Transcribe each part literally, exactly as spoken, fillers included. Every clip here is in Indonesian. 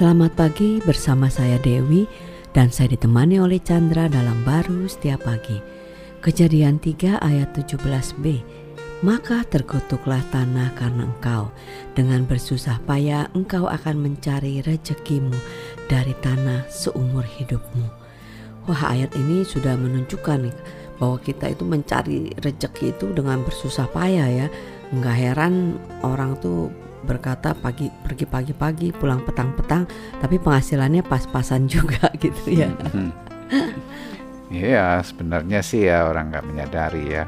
Selamat pagi, bersama saya Dewi dan saya ditemani oleh Chandra dalam Baru Setiap Pagi. Kejadian tiga ayat tujuh belas b. Maka terkutuklah tanah karena engkau, dengan bersusah payah engkau akan mencari rezekimu dari tanah seumur hidupmu. Wah, ayat ini sudah menunjukkan bahwa kita itu mencari rezeki itu dengan bersusah payah ya. Enggak heran orang tuh berkata pagi pergi pagi-pagi pulang petang-petang, tapi penghasilannya pas-pasan juga gitu ya. Iya, sebenarnya sih ya orang nggak menyadari ya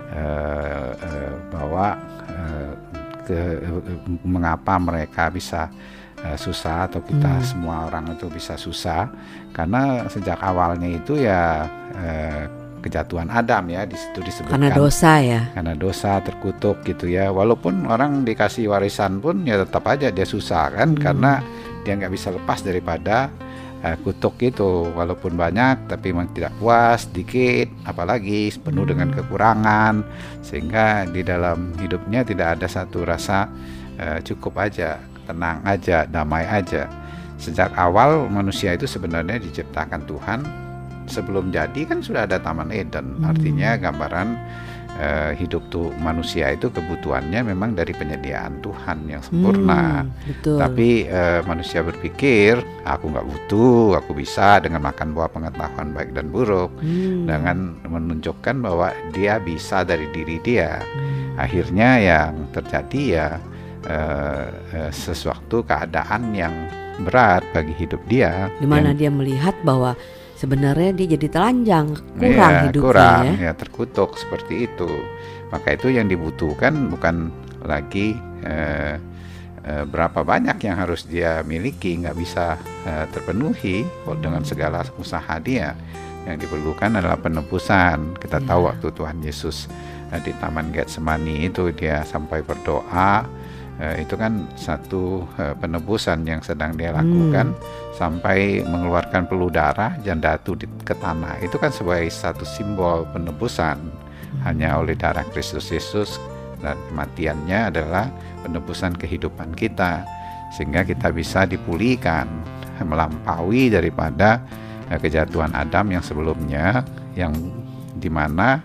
uh, uh, bahwa uh, ke, uh, mengapa mereka bisa uh, susah atau kita hmm. semua orang itu bisa susah, karena sejak awalnya itu ya uh, kejatuhan Adam ya, di situ disebutkan karena dosa ya, karena dosa terkutuk gitu ya. Walaupun orang dikasih warisan pun ya tetap aja dia susah kan, hmm. karena dia nggak bisa lepas daripada uh, kutuk itu. Walaupun banyak tapi memang tidak puas, sedikit, apalagi penuh hmm. dengan kekurangan, sehingga di dalam hidupnya tidak ada satu rasa uh, cukup aja, tenang aja, damai aja. Sejak awal manusia itu sebenarnya diciptakan Tuhan. Sebelum jadi kan sudah ada Taman Eden, hmm. artinya gambaran uh, hidup tuh manusia itu kebutuhannya memang dari penyediaan Tuhan yang sempurna. Hmm, betul. Tapi uh, manusia berpikir aku nggak butuh, aku bisa dengan makan buah pengetahuan baik dan buruk, hmm. dengan menunjukkan bahwa dia bisa dari diri dia. Hmm. Akhirnya yang terjadi ya uh, uh, sesuatu keadaan yang berat bagi hidup dia, di mana dia melihat bahwa sebenarnya dia jadi telanjang, kurang ya, hidupnya kurang, ya. ya terkutuk seperti itu. Maka itu yang dibutuhkan bukan lagi eh, eh, berapa banyak yang harus dia miliki, nggak bisa eh, terpenuhi dengan segala usaha dia. Yang diperlukan adalah penebusan. Kita ya. tahu waktu Tuhan Yesus eh, di Taman Getsemani itu dia sampai berdoa. Uh, itu kan satu uh, penebusan yang sedang dia lakukan, hmm. sampai mengeluarkan peluh darah dan jatuh di, ke tanah. Itu kan sebagai satu simbol penebusan. hmm. Hanya oleh darah Kristus Yesus dan kematiannya adalah penebusan kehidupan kita, sehingga kita bisa dipulihkan, melampaui daripada uh, kejatuhan Adam yang sebelumnya, yang dimana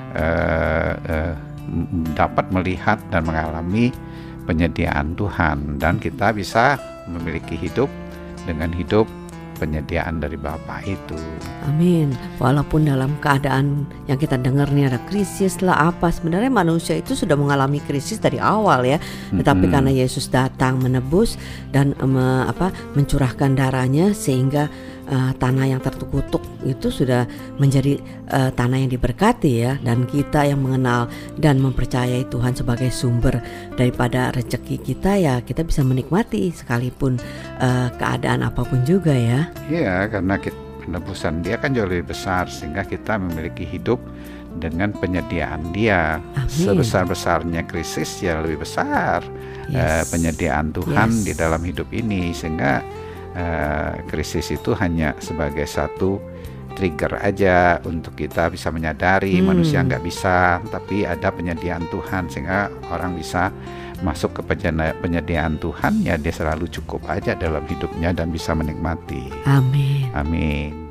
uh, uh, dapat melihat dan mengalami penyediaan Tuhan, dan kita bisa memiliki hidup dengan hidup penyediaan dari Bapa itu. Amin. Walaupun dalam keadaan yang kita dengar nih ada krisis lah apa, sebenarnya manusia itu sudah mengalami krisis dari awal ya. Tetapi mm-hmm. karena Yesus datang menebus dan um, apa mencurahkan darahnya, sehingga uh, tanah yang terkutuk itu sudah menjadi uh, tanah yang diberkati ya. Dan kita yang mengenal dan mempercayai Tuhan sebagai sumber daripada rezeki kita ya, kita bisa menikmati sekalipun uh, keadaan apapun juga ya. Iya, karena kita, penebusan dia kan jauh lebih besar, sehingga kita memiliki hidup dengan penyediaan dia. Amin. Sebesar-besarnya krisis ya lebih besar yes. uh, penyediaan Tuhan yes. di dalam hidup ini, sehingga uh, krisis itu hanya sebagai satu trigger aja untuk kita bisa menyadari hmm. manusia nggak bisa, tapi ada penyediaan Tuhan, sehingga orang bisa masuk ke penyediaan Tuhan ya, dia selalu cukup aja dalam hidupnya dan bisa menikmati. Amin. Amin.